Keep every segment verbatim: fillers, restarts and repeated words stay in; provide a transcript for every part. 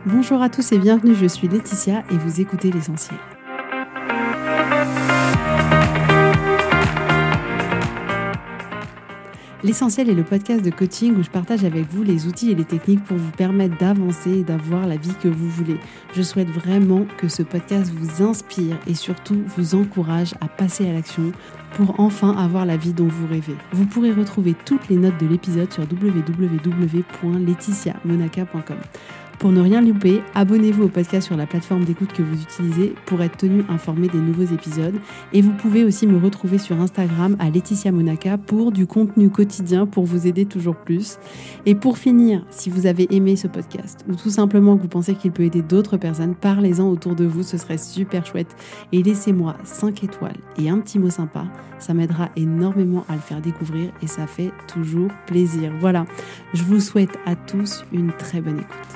Bonjour à tous et bienvenue, je suis Laetitia et vous écoutez L'Essentiel. L'Essentiel est le podcast de coaching où je partage avec vous les outils et les techniques pour vous permettre d'avancer et d'avoir la vie que vous voulez. Je souhaite vraiment que ce podcast vous inspire et surtout vous encourage à passer à l'action pour enfin avoir la vie dont vous rêvez. Vous pourrez retrouver toutes les notes de l'épisode sur w w w point laetitia monaca point com. Pour ne rien louper, abonnez-vous au podcast sur la plateforme d'écoute que vous utilisez pour être tenu informé des nouveaux épisodes. Et vous pouvez aussi me retrouver sur Instagram à Laetitia Monaca pour du contenu quotidien pour vous aider toujours plus. Et pour finir, si vous avez aimé ce podcast ou tout simplement que vous pensez qu'il peut aider d'autres personnes, parlez-en autour de vous, ce serait super chouette. Et laissez-moi cinq étoiles et un petit mot sympa, ça m'aidera énormément à le faire découvrir et ça fait toujours plaisir. Voilà, je vous souhaite à tous une très bonne écoute.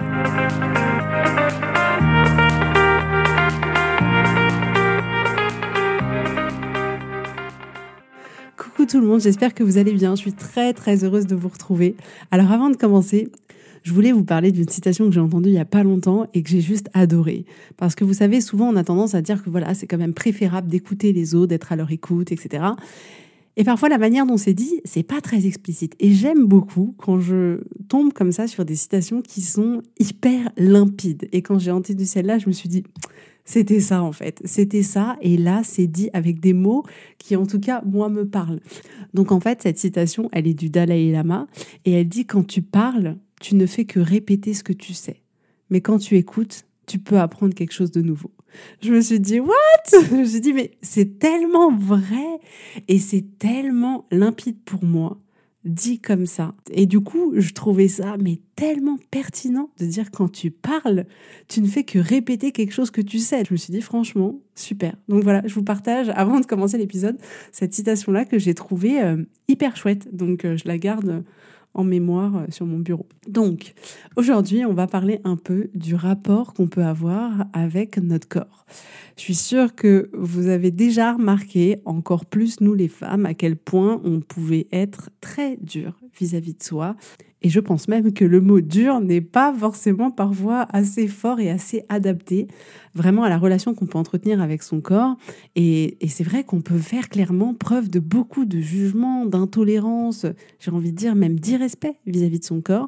Coucou tout le monde, j'espère que vous allez bien. Je suis très très heureuse de vous retrouver. Alors avant de commencer, je voulais vous parler d'une citation que j'ai entendue il n'y a pas longtemps et que j'ai juste adorée. Parce que vous savez, souvent on a tendance à dire que voilà, c'est quand même préférable d'écouter les autres, d'être à leur écoute, et cetera. Et parfois, la manière dont c'est dit, c'est pas très explicite. Et j'aime beaucoup quand je tombe comme ça sur des citations qui sont hyper limpides. Et quand j'ai entendu celle-là, je me suis dit, c'était ça en fait. C'était ça. Et là, c'est dit avec des mots qui, en tout cas, moi, me parlent. Donc en fait, cette citation, elle est du Dalai Lama. Et elle dit, quand tu parles, tu ne fais que répéter ce que tu sais. Mais quand tu écoutes, tu peux apprendre quelque chose de nouveau. Je me suis dit, what? Je me suis dit, mais c'est tellement vrai et c'est tellement limpide pour moi, dit comme ça. Et du coup, je trouvais ça mais tellement pertinent de dire quand tu parles, tu ne fais que répéter quelque chose que tu sais. Je me suis dit, franchement, super. Donc voilà, je vous partage, avant de commencer l'épisode, cette citation-là que j'ai trouvée euh, hyper chouette. Donc euh, je la garde en mémoire sur mon bureau. Donc, aujourd'hui, on va parler un peu du rapport qu'on peut avoir avec notre corps. Je suis sûre que vous avez déjà remarqué, encore plus nous les femmes, à quel point on pouvait être très dur vis-à-vis de soi. Et je pense même que le mot dur n'est pas forcément parfois assez fort et assez adapté vraiment à la relation qu'on peut entretenir avec son corps. Et, et c'est vrai qu'on peut faire clairement preuve de beaucoup de jugement, d'intolérance, j'ai envie de dire même d'irrespect vis-à-vis de son corps.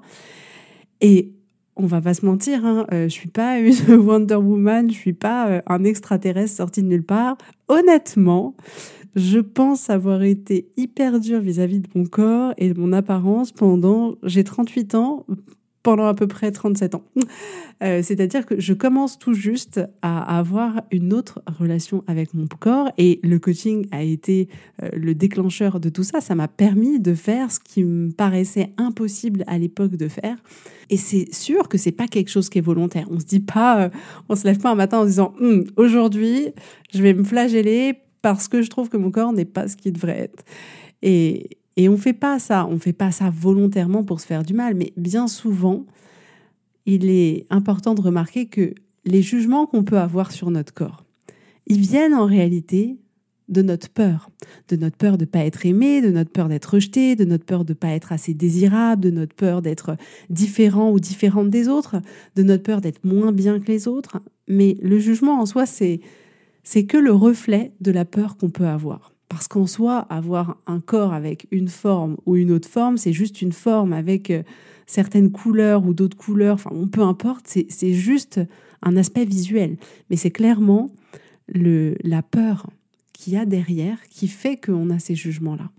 Et on va pas se mentir, hein, euh, je suis pas une Wonder Woman, je suis pas euh, un extraterrestre sorti de nulle part. Honnêtement, je pense avoir été hyper dure vis-à-vis de mon corps et de mon apparence pendant, j'ai trente-huit ans, pendant à peu près trente-sept ans. Euh, c'est-à-dire que je commence tout juste à avoir une autre relation avec mon corps et le coaching a été euh, le déclencheur de tout ça. Ça m'a permis de faire ce qui me paraissait impossible à l'époque de faire. Et c'est sûr que c'est pas quelque chose qui est volontaire. On se dit pas, euh, on se lève pas un matin en se disant hm, aujourd'hui, je vais me flageller parce que je trouve que mon corps n'est pas ce qu'il devrait être. Et Et on fait pas ça, on fait pas ça volontairement pour se faire du mal, mais bien souvent, il est important de remarquer que les jugements qu'on peut avoir sur notre corps, ils viennent en réalité de notre peur, de notre peur de pas être aimé, de notre peur d'être rejeté, de notre peur de pas être assez désirable, de notre peur d'être différent ou différente des autres, de notre peur d'être moins bien que les autres. Mais le jugement en soi, c'est c'est que le reflet de la peur qu'on peut avoir. Parce qu'en soi, avoir un corps avec une forme ou une autre forme, c'est juste une forme avec certaines couleurs ou d'autres couleurs, enfin, peu importe, c'est, c'est juste un aspect visuel. Mais c'est clairement le, la peur qu'il y a derrière qui fait qu'on a ces jugements-là.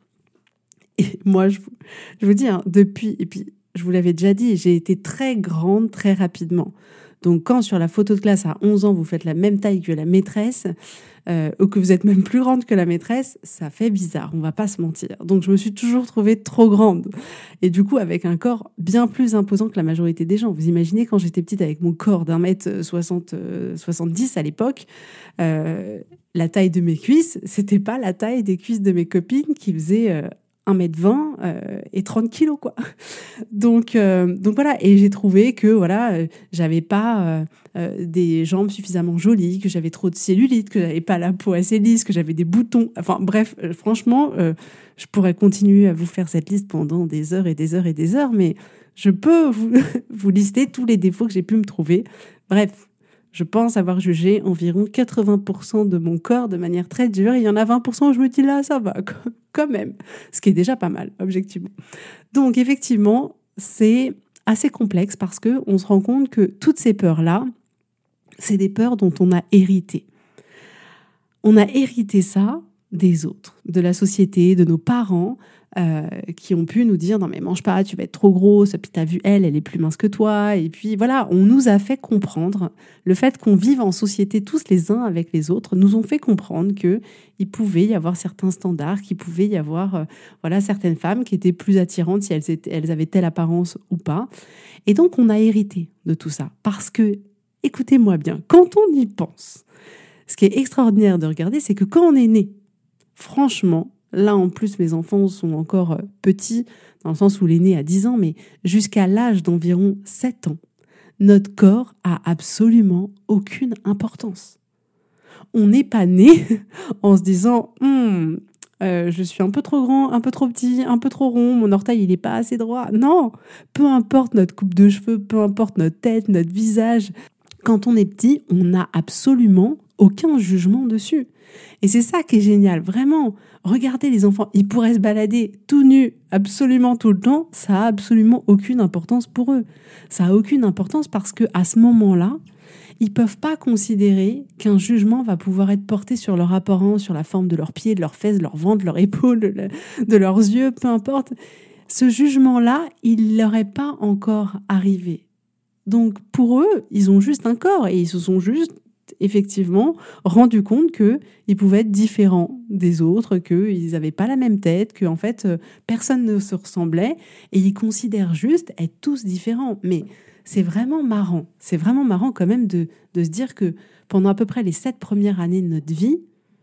Et moi, je, je vous dis, hein, depuis, et puis je vous l'avais déjà dit, j'ai été très grande très rapidement. Donc quand sur la photo de classe à onze ans, vous faites la même taille que la maîtresse, euh, ou que vous êtes même plus grande que la maîtresse, ça fait bizarre, on va pas se mentir. Donc je me suis toujours trouvée trop grande. Et du coup, avec un corps bien plus imposant que la majorité des gens. Vous imaginez quand j'étais petite avec mon corps d'un mètre soixante, soixante-dix à l'époque, euh, la taille de mes cuisses, c'était pas la taille des cuisses de mes copines qui faisaient euh, un mètre vingt euh, et trente kilos, quoi. Donc, euh, donc voilà, et j'ai trouvé que voilà, euh, j'avais pas euh, euh, des jambes suffisamment jolies, que j'avais trop de cellulite, que j'avais pas la peau assez lisse, que j'avais des boutons. Enfin bref, euh, franchement, euh, je pourrais continuer à vous faire cette liste pendant des heures et des heures et des heures, mais Je peux vous, vous lister tous les défauts que j'ai pu me trouver. Bref, je pense avoir jugé environ quatre-vingts pour cent de mon corps de manière très dure. Il y en a vingt pour cent où je me dis là, ça va quand même. Ce qui est déjà pas mal, objectivement. Donc effectivement, c'est assez complexe parce qu'on se rend compte que toutes ces peurs-là, c'est des peurs dont on a hérité. On a hérité ça des autres, de la société, de nos parents, euh, qui ont pu nous dire « Non mais mange pas, tu vas être trop grosse, puis t'as vu elle, elle est plus mince que toi. » Et puis voilà, on nous a fait comprendre, le fait qu'on vive en société tous les uns avec les autres, nous ont fait comprendre qu'il pouvait y avoir certains standards, qu'il pouvait y avoir euh, voilà, certaines femmes qui étaient plus attirantes si elles, étaient, elles avaient telle apparence ou pas. Et donc on a hérité de tout ça, parce que, écoutez-moi bien, quand on y pense, ce qui est extraordinaire de regarder, c'est que quand on est né, franchement, là en plus mes enfants sont encore petits, dans le sens où l'aîné a dix ans, mais jusqu'à l'âge d'environ sept ans, notre corps a absolument aucune importance. On n'est pas né en se disant hm, euh, je suis un peu trop grand, un peu trop petit, un peu trop rond, mon orteil il n'est pas assez droit. Non, peu importe notre coupe de cheveux, peu importe notre tête, notre visage, quand on est petit, on n'a absolument aucun jugement dessus. Et c'est ça qui est génial, vraiment. Regardez les enfants, ils pourraient se balader tout nus absolument tout le temps, ça a absolument aucune importance pour eux. Ça a aucune importance parce que à ce moment-là, ils peuvent pas considérer qu'un jugement va pouvoir être porté sur leur apparence, sur la forme de leurs pieds, de leurs fesses, de leur ventre, de leurs épaules, de leurs yeux, peu importe. Ce jugement-là, il leur est pas encore arrivé. Donc pour eux, ils ont juste un corps et ils se sont juste effectivement rendu compte qu'ils pouvaient être différents des autres, qu'ils n'avaient pas la même tête, qu'en fait personne ne se ressemblait et ils considèrent juste être tous différents. Mais c'est vraiment marrant, c'est vraiment marrant quand même de, de se dire que pendant à peu près les sept premières années de notre vie,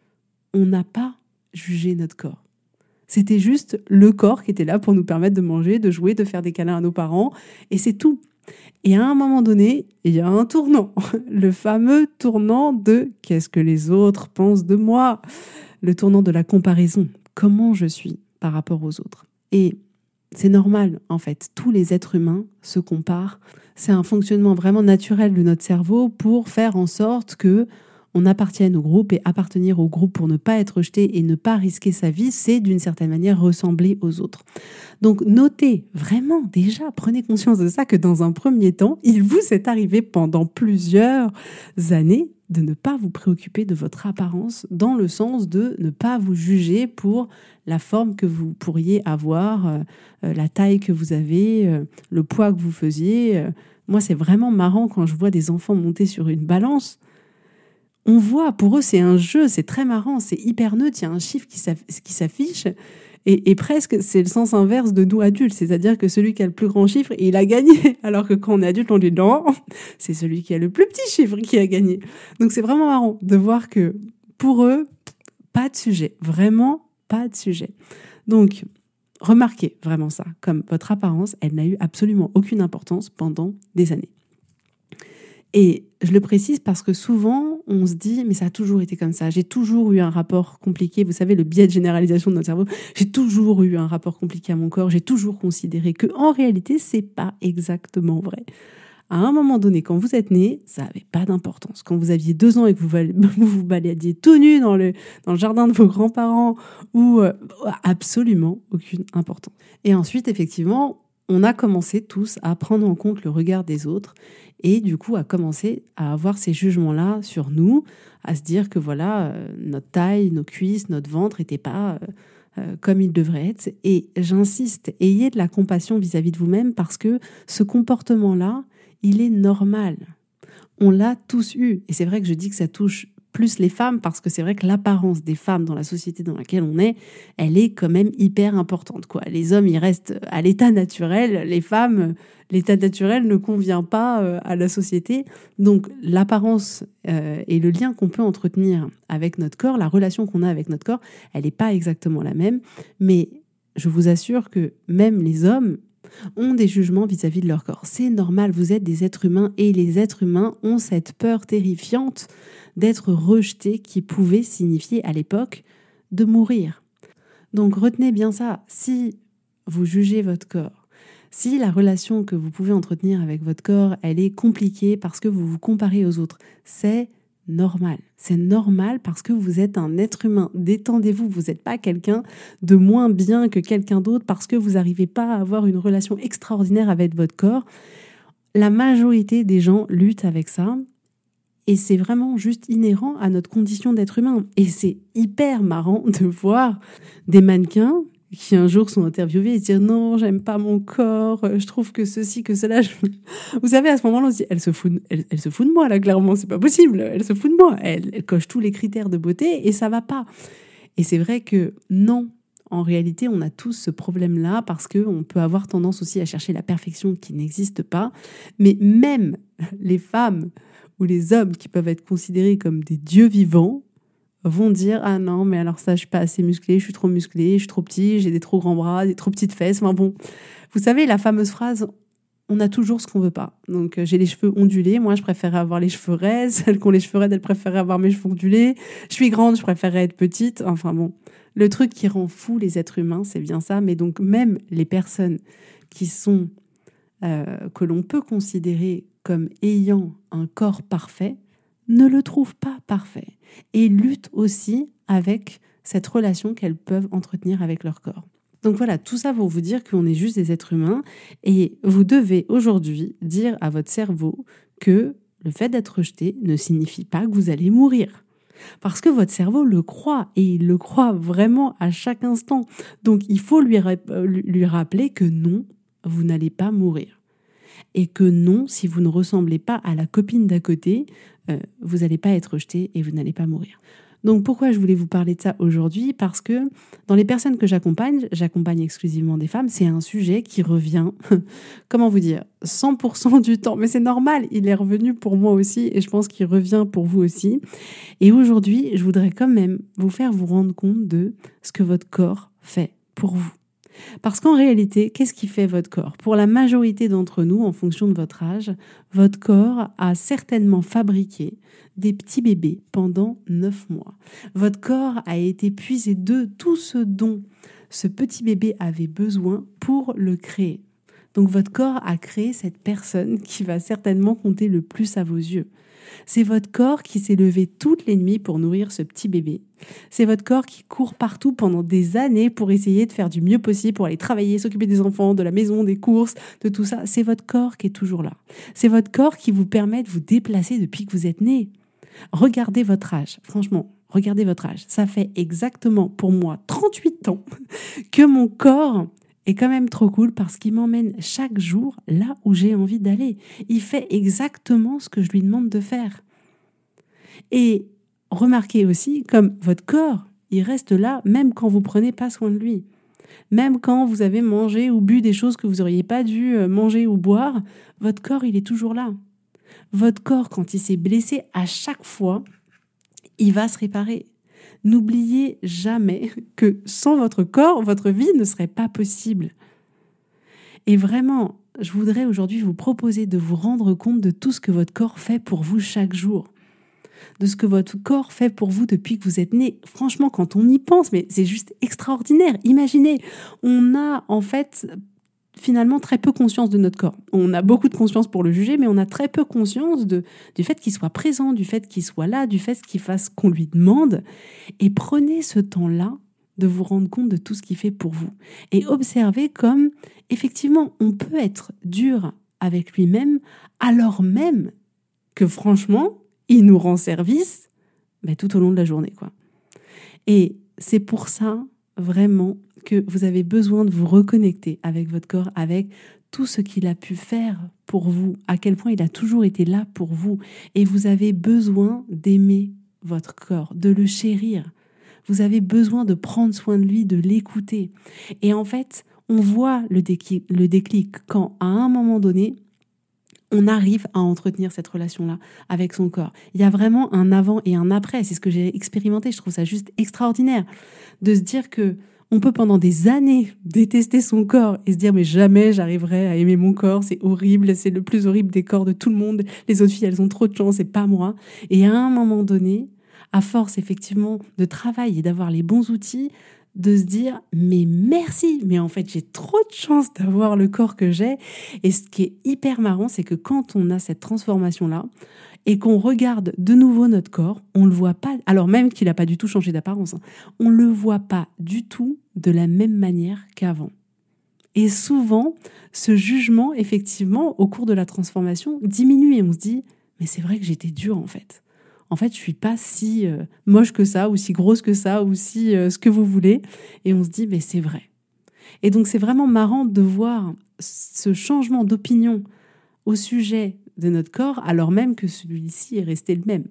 on n'a pas jugé notre corps. C'était juste le corps qui était là pour nous permettre de manger, de jouer, de faire des câlins à nos parents et c'est tout. Et à un moment donné, il y a un tournant, le fameux tournant de « qu'est-ce que les autres pensent de moi ?» Le tournant de la comparaison, comment je suis par rapport aux autres. Et c'est normal, en fait, tous les êtres humains se comparent. C'est un fonctionnement vraiment naturel de notre cerveau pour faire en sorte que on appartienne au groupe, et appartenir au groupe pour ne pas être rejeté et ne pas risquer sa vie, c'est d'une certaine manière ressembler aux autres. Donc notez vraiment, déjà, prenez conscience de ça, que dans un premier temps, il vous est arrivé pendant plusieurs années de ne pas vous préoccuper de votre apparence, dans le sens de ne pas vous juger pour la forme que vous pourriez avoir, euh, la taille que vous avez, euh, le poids que vous faisiez. Moi, c'est vraiment marrant quand je vois des enfants monter sur une balance. On voit, pour eux, c'est un jeu, c'est très marrant, c'est hyper neutre, il y a un chiffre qui s'affiche, et, et presque, c'est le sens inverse de nous adultes, c'est-à-dire que celui qui a le plus grand chiffre, il a gagné, alors que quand on est adulte, on dit non, c'est celui qui a le plus petit chiffre qui a gagné. Donc c'est vraiment marrant de voir que, pour eux, pas de sujet, vraiment pas de sujet. Donc, remarquez vraiment ça, comme votre apparence, elle n'a eu absolument aucune importance pendant des années. Et je le précise parce que souvent, on se dit « mais ça a toujours été comme ça, j'ai toujours eu un rapport compliqué ». Vous savez, le biais de généralisation de notre cerveau, j'ai toujours eu un rapport compliqué à mon corps, j'ai toujours considéré qu'en réalité, c'est pas exactement vrai. À un moment donné, quand vous êtes né, ça n'avait pas d'importance. Quand vous aviez deux ans et que vous vous, vous baladiez tout nu dans le, dans le jardin de vos grands-parents, ou euh, absolument aucune importance. Et ensuite, effectivement, on a commencé tous à prendre en compte le regard des autres et du coup à commencer à avoir ces jugements-là sur nous, à se dire que voilà, euh, notre taille, nos cuisses, notre ventre n'étaient pas euh, euh, comme ils devraient être. Et j'insiste, ayez de la compassion vis-à-vis de vous-même parce que ce comportement-là, il est normal. On l'a tous eu. Et c'est vrai que je dis que ça touche plus les femmes, parce que c'est vrai que l'apparence des femmes dans la société dans laquelle on est, elle est quand même hyper importante, quoi. Les hommes, ils restent à l'état naturel. Les femmes, l'état naturel ne convient pas à la société. Donc, l'apparence euh, et le lien qu'on peut entretenir avec notre corps, la relation qu'on a avec notre corps, elle n'est pas exactement la même. Mais je vous assure que même les hommes ont des jugements vis-à-vis de leur corps. C'est normal, vous êtes des êtres humains et les êtres humains ont cette peur terrifiante d'être rejetés qui pouvait signifier à l'époque de mourir. Donc retenez bien ça, si vous jugez votre corps, Si la relation que vous pouvez entretenir avec votre corps, elle est compliquée parce que vous vous comparez aux autres, c'est normal. C'est normal parce que vous êtes un être humain. Détendez-vous, vous n'êtes pas quelqu'un de moins bien que quelqu'un d'autre parce que vous n'arrivez pas à avoir une relation extraordinaire avec votre corps. La majorité des gens luttent avec ça et c'est vraiment juste inhérent à notre condition d'être humain. Et c'est hyper marrant de voir des mannequins qui un jour sont interviewés et se dire non, j'aime pas mon corps, je trouve que ceci, que cela. Je... Vous savez, à ce moment-là, on se dit, elle se fout, de... elle, elle se fout de moi, là, clairement, c'est pas possible. Elle se fout de moi. Elle, elle coche tous les critères de beauté et ça va pas. Et c'est vrai que non, en réalité, on a tous ce problème-là parce qu'on peut avoir tendance aussi à chercher la perfection qui n'existe pas. Mais même les femmes ou les hommes qui peuvent être considérés comme des dieux vivants vont dire « Ah non, mais alors ça, je suis pas assez musclé, je suis trop musclé, je suis trop petit, j'ai des trop grands bras, des trop petites fesses. » Enfin bon, vous savez, la fameuse phrase « On a toujours ce qu'on veut pas. » Donc, euh, j'ai les cheveux ondulés. Moi, je préférais avoir les cheveux raides. Celles qui ont les cheveux raides, elles préféraient avoir mes cheveux ondulés. Je suis grande, je préférais être petite. Enfin bon, le truc qui rend fou les êtres humains, c'est bien ça. Mais donc, même les personnes qui sont, euh, que l'on peut considérer comme ayant un corps parfait, ne le trouvent pas parfait et luttent aussi avec cette relation qu'elles peuvent entretenir avec leur corps. Donc voilà, tout ça pour vous dire qu'on est juste des êtres humains et vous devez aujourd'hui dire à votre cerveau que le fait d'être rejeté ne signifie pas que vous allez mourir. Parce que votre cerveau le croit et il le croit vraiment à chaque instant. Donc il faut lui, lui rappeler que non, vous n'allez pas mourir. Et que non, si vous ne ressemblez pas à la copine d'à côté, euh, vous n'allez pas être rejeté et vous n'allez pas mourir. Donc pourquoi je voulais vous parler de ça aujourd'hui ? Parce que dans les personnes que j'accompagne, j'accompagne exclusivement des femmes, c'est un sujet qui revient, comment vous dire, cent pour cent du temps. Mais c'est normal, il est revenu pour moi aussi et je pense qu'il revient pour vous aussi. Et aujourd'hui, je voudrais quand même vous faire vous rendre compte de ce que votre corps fait pour vous. Parce qu'en réalité, qu'est-ce qui fait votre corps ? Pour la majorité d'entre nous, en fonction de votre âge, votre corps a certainement fabriqué des petits bébés pendant neuf mois. Votre corps a été puisé de tout ce dont ce petit bébé avait besoin pour le créer. Donc votre corps a créé cette personne qui va certainement compter le plus à vos yeux. C'est votre corps qui s'est levé toutes les nuits pour nourrir ce petit bébé. C'est votre corps qui court partout pendant des années pour essayer de faire du mieux possible, pour aller travailler, s'occuper des enfants, de la maison, des courses, de tout ça. C'est votre corps qui est toujours là. C'est votre corps qui vous permet de vous déplacer depuis que vous êtes né. Regardez votre âge. Franchement, regardez votre âge. Ça fait exactement pour moi trente-huit ans que mon corps est quand même trop cool parce qu'il m'emmène chaque jour là où j'ai envie d'aller. Il fait exactement ce que je lui demande de faire. Et remarquez aussi comme votre corps, il reste là même quand vous prenez pas soin de lui. Même quand vous avez mangé ou bu des choses que vous n'auriez pas dû manger ou boire, votre corps, il est toujours là. Votre corps, quand il s'est blessé, à chaque fois, il va se réparer. N'oubliez jamais que sans votre corps, votre vie ne serait pas possible. Et vraiment, je voudrais aujourd'hui vous proposer de vous rendre compte de tout ce que votre corps fait pour vous chaque jour. De ce que votre corps fait pour vous depuis que vous êtes né. Franchement, quand on y pense, mais c'est juste extraordinaire. Imaginez, on a en fait finalement très peu conscience de notre corps. On a beaucoup de conscience pour le juger, mais on a très peu conscience de, du fait qu'il soit présent, du fait qu'il soit là, du fait qu'il fasse ce qu'on lui demande. Et prenez ce temps-là de vous rendre compte de tout ce qu'il fait pour vous. Et observez comme, effectivement, on peut être dur avec lui-même, alors même que franchement, il nous rend service ben, tout au long de la journée, quoi. Et c'est pour ça, vraiment, que vous avez besoin de vous reconnecter avec votre corps, avec tout ce qu'il a pu faire pour vous, à quel point il a toujours été là pour vous. Et vous avez besoin d'aimer votre corps, de le chérir. Vous avez besoin de prendre soin de lui, de l'écouter. Et en fait, on voit le déclic, le déclic quand, à un moment donné, on arrive à entretenir cette relation-là avec son corps. Il y a vraiment un avant et un après. C'est ce que j'ai expérimenté. Je trouve ça juste extraordinaire de se dire que on peut pendant des années détester son corps et se dire mais jamais j'arriverai à aimer mon corps, c'est horrible, c'est le plus horrible des corps de tout le monde, les autres filles elles ont trop de chance, c'est pas moi. Et à un moment donné, à force effectivement de travail et d'avoir les bons outils, de se dire mais merci, mais en fait j'ai trop de chance d'avoir le corps que j'ai. Et ce qui est hyper marrant, c'est que quand on a cette transformation-là et qu'on regarde de nouveau notre corps, on le voit pas, alors même qu'il n'a pas du tout changé d'apparence, hein, on le voit pas du tout de la même manière qu'avant. Et souvent, ce jugement, effectivement, au cours de la transformation, diminue et on se dit mais c'est vrai que j'étais dure en fait. En fait, je suis pas si euh, moche que ça, ou si grosse que ça, ou si euh, ce que vous voulez. Et on se dit, mais c'est vrai. Et donc, c'est vraiment marrant de voir ce changement d'opinion au sujet de notre corps, alors même que celui-ci est resté le même.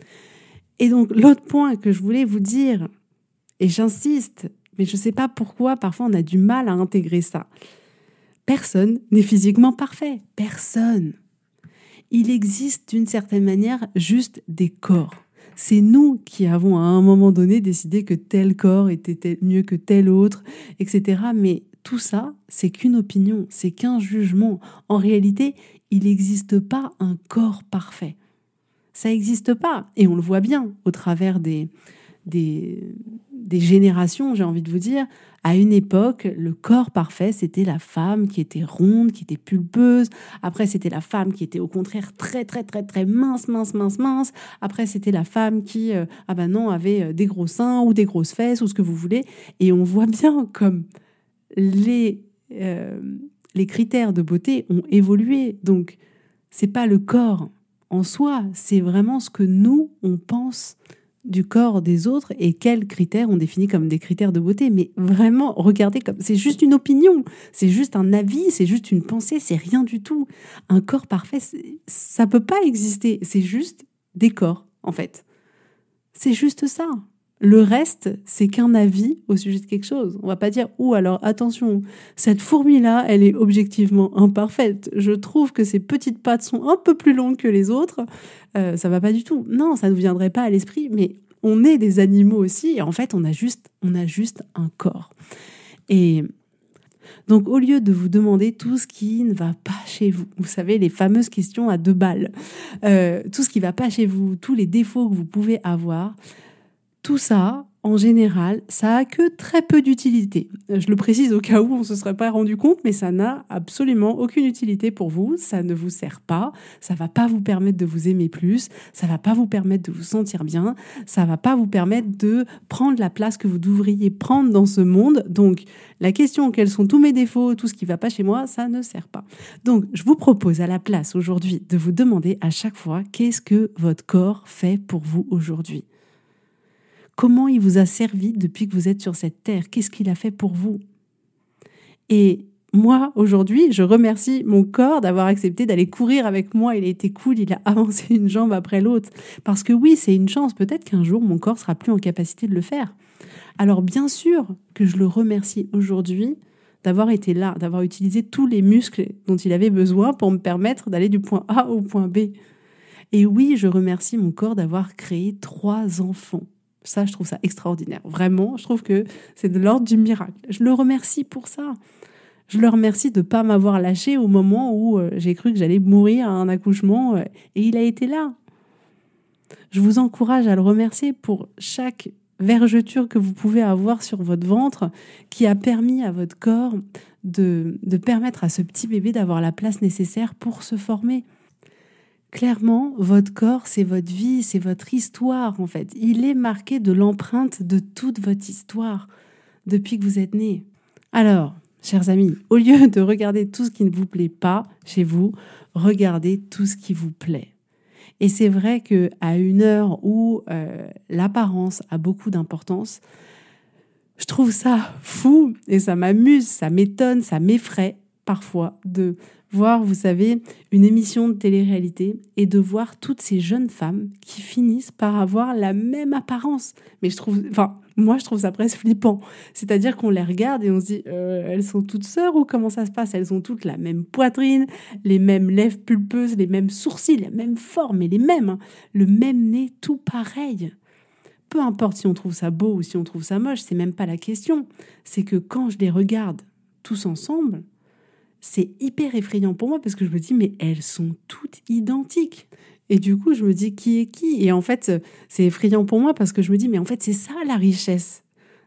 Et donc, l'autre point que je voulais vous dire, et j'insiste, mais je ne sais pas pourquoi, parfois on a du mal à intégrer ça. Personne n'est physiquement parfait. Personne. Il existe d'une certaine manière juste des corps. C'est nous qui avons à un moment donné décidé que tel corps était tel, mieux que tel autre, et cetera. Mais tout ça, c'est qu'une opinion, c'est qu'un jugement. En réalité, il n'existe pas un corps parfait. Ça n'existe pas. Et on le voit bien au travers des, des, des générations, j'ai envie de vous dire. À une époque, le corps parfait, c'était la femme qui était ronde, qui était pulpeuse. Après, c'était la femme qui était au contraire très, très, très, très mince, mince, mince, mince. Après, c'était la femme qui, euh, ah ben non, avait des gros seins ou des grosses fesses ou ce que vous voulez. Et on voit bien comme les, euh, les critères de beauté ont évolué. Donc, c'est pas le corps en soi, c'est vraiment ce que nous, on pense du corps des autres et quels critères on définit comme des critères de beauté. Mais vraiment, regardez, comme c'est juste une opinion, c'est juste un avis, c'est juste une pensée, c'est rien du tout. Un corps parfait, ça peut pas exister. C'est juste des corps, en fait. C'est juste ça. Le reste, c'est qu'un avis au sujet de quelque chose. On va pas dire, ou alors, attention, cette fourmi-là, elle est objectivement imparfaite. Je trouve que ses petites pattes sont un peu plus longues que les autres. Euh, ça va pas du tout. Non, ça ne viendrait pas à l'esprit, mais on est des animaux aussi, et en fait, on a juste, on a juste un corps. Et donc, au lieu de vous demander tout ce qui ne va pas chez vous, vous savez, les fameuses questions à deux balles, euh, tout ce qui va pas chez vous, tous les défauts que vous pouvez avoir, tout ça, en général, ça a que très peu d'utilité. Je le précise au cas où on ne se serait pas rendu compte, mais ça n'a absolument aucune utilité pour vous. Ça ne vous sert pas. Ça va pas vous permettre de vous aimer plus. Ça va pas vous permettre de vous sentir bien. Ça va pas vous permettre de prendre la place que vous devriez prendre dans ce monde. Donc, la question, quels sont tous mes défauts, tout ce qui va pas chez moi, ça ne sert pas. Donc, je vous propose à la place aujourd'hui de vous demander à chaque fois qu'est-ce que votre corps fait pour vous aujourd'hui. Comment il vous a servi depuis que vous êtes sur cette terre? Qu'est-ce qu'il a fait pour vous? Et moi, aujourd'hui, je remercie mon corps d'avoir accepté d'aller courir avec moi. Il a été cool, il a avancé une jambe après l'autre. Parce que oui, c'est une chance. Peut-être qu'un jour, mon corps sera plus en capacité de le faire. Alors bien sûr que je le remercie aujourd'hui d'avoir été là, d'avoir utilisé tous les muscles dont il avait besoin pour me permettre d'aller du point A au point B. Et oui, je remercie mon corps d'avoir créé trois enfants. Ça, je trouve ça extraordinaire. Vraiment, je trouve que c'est de l'ordre du miracle. Je le remercie pour ça. Je le remercie de ne pas m'avoir lâché au moment où euh, j'ai cru que j'allais mourir à un accouchement. Euh, et il a été là. Je vous encourage à le remercier pour chaque vergeture que vous pouvez avoir sur votre ventre qui a permis à votre corps de, de permettre à ce petit bébé d'avoir la place nécessaire pour se former. Clairement, votre corps, c'est votre vie, c'est votre histoire en fait. Il est marqué de l'empreinte de toute votre histoire depuis que vous êtes né. Alors, chers amis, au lieu de regarder tout ce qui ne vous plaît pas chez vous, regardez tout ce qui vous plaît. Et c'est vrai qu'à une heure où euh, l'apparence a beaucoup d'importance, je trouve ça fou et ça m'amuse, ça m'étonne, ça m'effraie parfois de voir, vous savez, une émission de télé-réalité et de voir toutes ces jeunes femmes qui finissent par avoir la même apparence. Mais je trouve, enfin, moi, je trouve ça presque flippant. C'est-à-dire qu'on les regarde et on se dit, euh, elles sont toutes sœurs ou comment ça se passe? Elles ont toutes la même poitrine, les mêmes lèvres pulpeuses, les mêmes sourcils, la même forme et les mêmes, hein, le même nez, tout pareil. Peu importe si on trouve ça beau ou si on trouve ça moche, c'est même pas la question. C'est que quand je les regarde tous ensemble, c'est hyper effrayant pour moi parce que je me dis, mais elles sont toutes identiques. Et du coup, je me dis, qui est qui? Et en fait, c'est effrayant pour moi parce que je me dis, mais en fait, c'est ça la richesse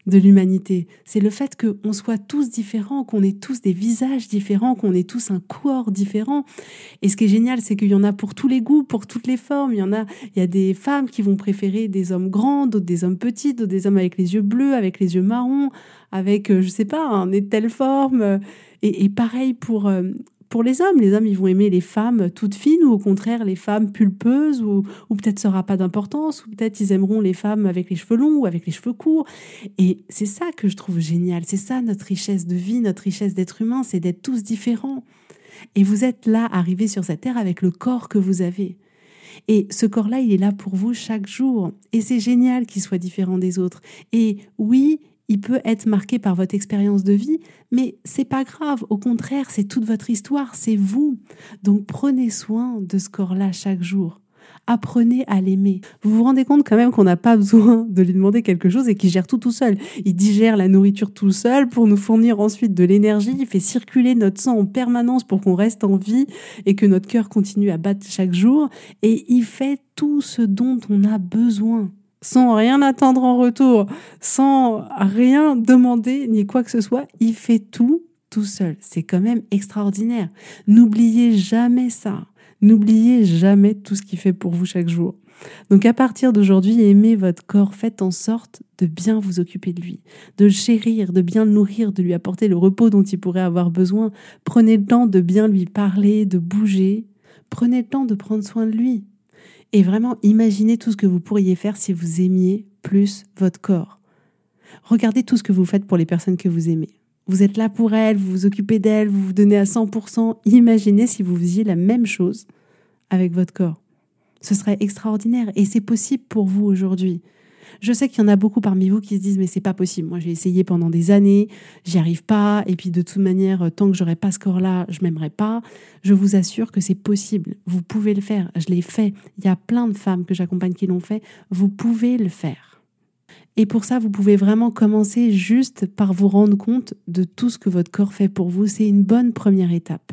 de l'humanité. C'est le fait qu'on soit tous différents, qu'on ait tous des visages différents, qu'on ait tous un corps différent. Et ce qui est génial, c'est qu'il y en a pour tous les goûts, pour toutes les formes. Il y en a, il y a des femmes qui vont préférer des hommes grands, d'autres des hommes petits, d'autres des hommes avec les yeux bleus, avec les yeux marrons, avec, euh, je sais pas, un nez de telle forme. Et, et pareil pour... Euh, Pour les hommes, les hommes, ils vont aimer les femmes toutes fines ou au contraire les femmes pulpeuses ou, ou peut-être ça n'aura pas d'importance ou peut-être ils aimeront les femmes avec les cheveux longs ou avec les cheveux courts. Et c'est ça que je trouve génial. C'est ça notre richesse de vie, notre richesse d'être humain, c'est d'être tous différents. Et vous êtes là, arrivés sur cette terre avec le corps que vous avez. Et ce corps-là, il est là pour vous chaque jour. Et c'est génial qu'il soit différent des autres. Et oui, il peut être marqué par votre expérience de vie, mais c'est pas grave. Au contraire, c'est toute votre histoire, c'est vous. Donc prenez soin de ce corps-là chaque jour. Apprenez à l'aimer. Vous vous rendez compte quand même qu'on n'a pas besoin de lui demander quelque chose et qu'il gère tout tout seul. Il digère la nourriture tout seul pour nous fournir ensuite de l'énergie. Il fait circuler notre sang en permanence pour qu'on reste en vie et que notre cœur continue à battre chaque jour. Et il fait tout ce dont on a besoin, sans rien attendre en retour, sans rien demander ni quoi que ce soit. Il fait tout tout seul. C'est quand même extraordinaire. N'oubliez jamais ça. N'oubliez jamais tout ce qu'il fait pour vous chaque jour. Donc à partir d'aujourd'hui, aimez votre corps, faites en sorte de bien vous occuper de lui, de le chérir, de bien le nourrir, de lui apporter le repos dont il pourrait avoir besoin. Prenez le temps de bien lui parler, de bouger. Prenez le temps de prendre soin de lui. Et vraiment, imaginez tout ce que vous pourriez faire si vous aimiez plus votre corps. Regardez tout ce que vous faites pour les personnes que vous aimez. Vous êtes là pour elles, vous vous occupez d'elles, vous vous donnez à cent pour cent. Imaginez si vous faisiez la même chose avec votre corps. Ce serait extraordinaire et c'est possible pour vous aujourd'hui. Je sais qu'il y en a beaucoup parmi vous qui se disent « mais c'est pas possible, moi j'ai essayé pendant des années, j'y arrive pas, et puis de toute manière, tant que j'aurai pas ce corps-là, je m'aimerai pas ». Je vous assure que c'est possible, vous pouvez le faire, je l'ai fait. Il y a plein de femmes que j'accompagne qui l'ont fait, vous pouvez le faire. Et pour ça, vous pouvez vraiment commencer juste par vous rendre compte de tout ce que votre corps fait pour vous. C'est une bonne première étape.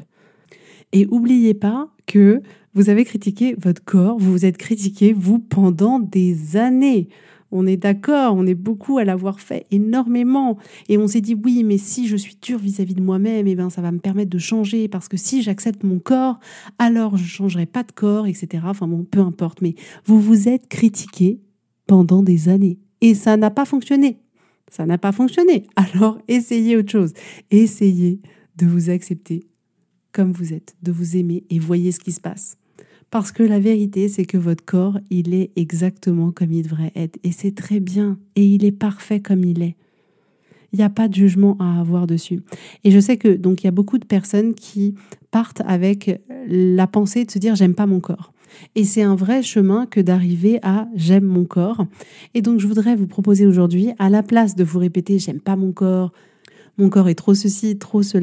Et n'oubliez pas que vous avez critiqué votre corps, vous vous êtes critiqué, vous, pendant des années. On est d'accord, on est beaucoup à l'avoir fait énormément. Et on s'est dit, oui, mais si je suis dure vis-à-vis de moi-même, eh ben, ça va me permettre de changer. Parce que si j'accepte mon corps, alors je ne changerai pas de corps, et cetera. Enfin bon, peu importe. Mais vous vous êtes critiqué pendant des années. Et ça n'a pas fonctionné. Ça n'a pas fonctionné. Alors, essayez autre chose. Essayez de vous accepter comme vous êtes, de vous aimer et voyez ce qui se passe. Parce que la vérité, c'est que votre corps, il est exactement comme il devrait être. Et c'est très bien. Et il est parfait comme il est. Il n'y a pas de jugement à avoir dessus. Et je sais que donc il y a beaucoup de personnes qui partent avec la pensée de se dire « j'aime pas mon corps ». Et c'est un vrai chemin que d'arriver à « j'aime mon corps ». Et donc je voudrais vous proposer aujourd'hui, à la place de vous répéter « j'aime pas mon corps »,« mon corps est trop ceci, trop cela »,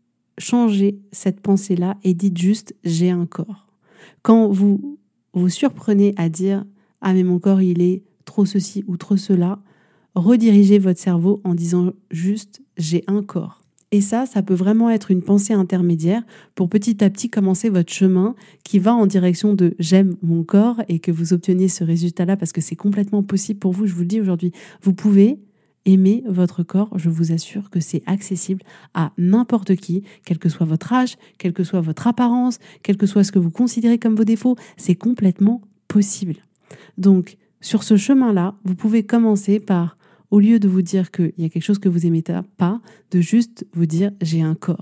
changez cette pensée-là et dites juste « j'ai un corps ». Quand vous vous surprenez à dire « ah mais mon corps il est trop ceci ou trop cela », redirigez votre cerveau en disant juste « j'ai un corps ». Et ça, ça peut vraiment être une pensée intermédiaire pour petit à petit commencer votre chemin qui va en direction de « j'aime mon corps » et que vous obteniez ce résultat-là parce que c'est complètement possible pour vous, je vous le dis aujourd'hui. Vous pouvez aimer votre corps, je vous assure que c'est accessible à n'importe qui, quel que soit votre âge, quelle que soit votre apparence, quel que soit ce que vous considérez comme vos défauts, c'est complètement possible. Donc, sur ce chemin-là, vous pouvez commencer par, au lieu de vous dire qu'il y a quelque chose que vous n'aimez pas, de juste vous dire « j'ai un corps ».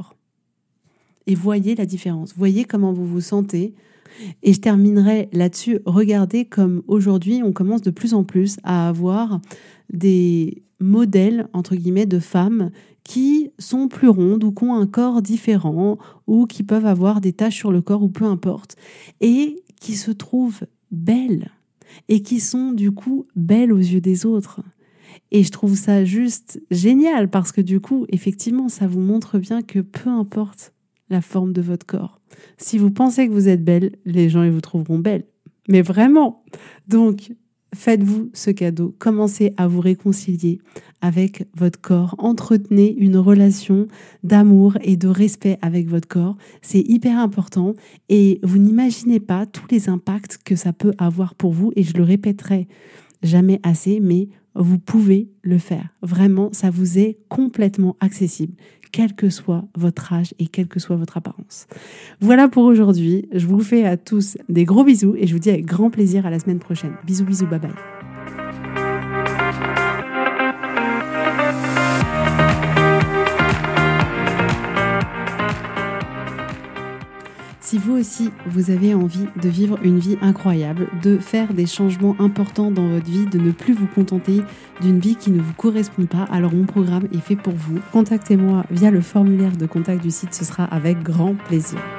Et voyez la différence, voyez comment vous vous sentez. Et je terminerai là-dessus, regardez comme aujourd'hui, on commence de plus en plus à avoir des modèles, entre guillemets, de femmes qui sont plus rondes ou qui ont un corps différent ou qui peuvent avoir des taches sur le corps ou peu importe et qui se trouvent belles et qui sont du coup belles aux yeux des autres. Et je trouve ça juste génial parce que du coup, effectivement, ça vous montre bien que peu importe la forme de votre corps, si vous pensez que vous êtes belle, les gens ils vous trouveront belle. Mais vraiment. Donc, faites-vous ce cadeau. Commencez à vous réconcilier avec votre corps. Entretenez une relation d'amour et de respect avec votre corps. C'est hyper important et vous n'imaginez pas tous les impacts que ça peut avoir pour vous. Et je le répéterai jamais assez, mais vous pouvez le faire. Vraiment, ça vous est complètement accessible, quel que soit votre âge et quelle que soit votre apparence. Voilà pour aujourd'hui. Je vous fais à tous des gros bisous et je vous dis avec grand plaisir à la semaine prochaine. Bisous, bisous, bye bye. Si vous aussi, vous avez envie de vivre une vie incroyable, de faire des changements importants dans votre vie, de ne plus vous contenter d'une vie qui ne vous correspond pas, alors mon programme est fait pour vous. Contactez-moi via le formulaire de contact du site, ce sera avec grand plaisir.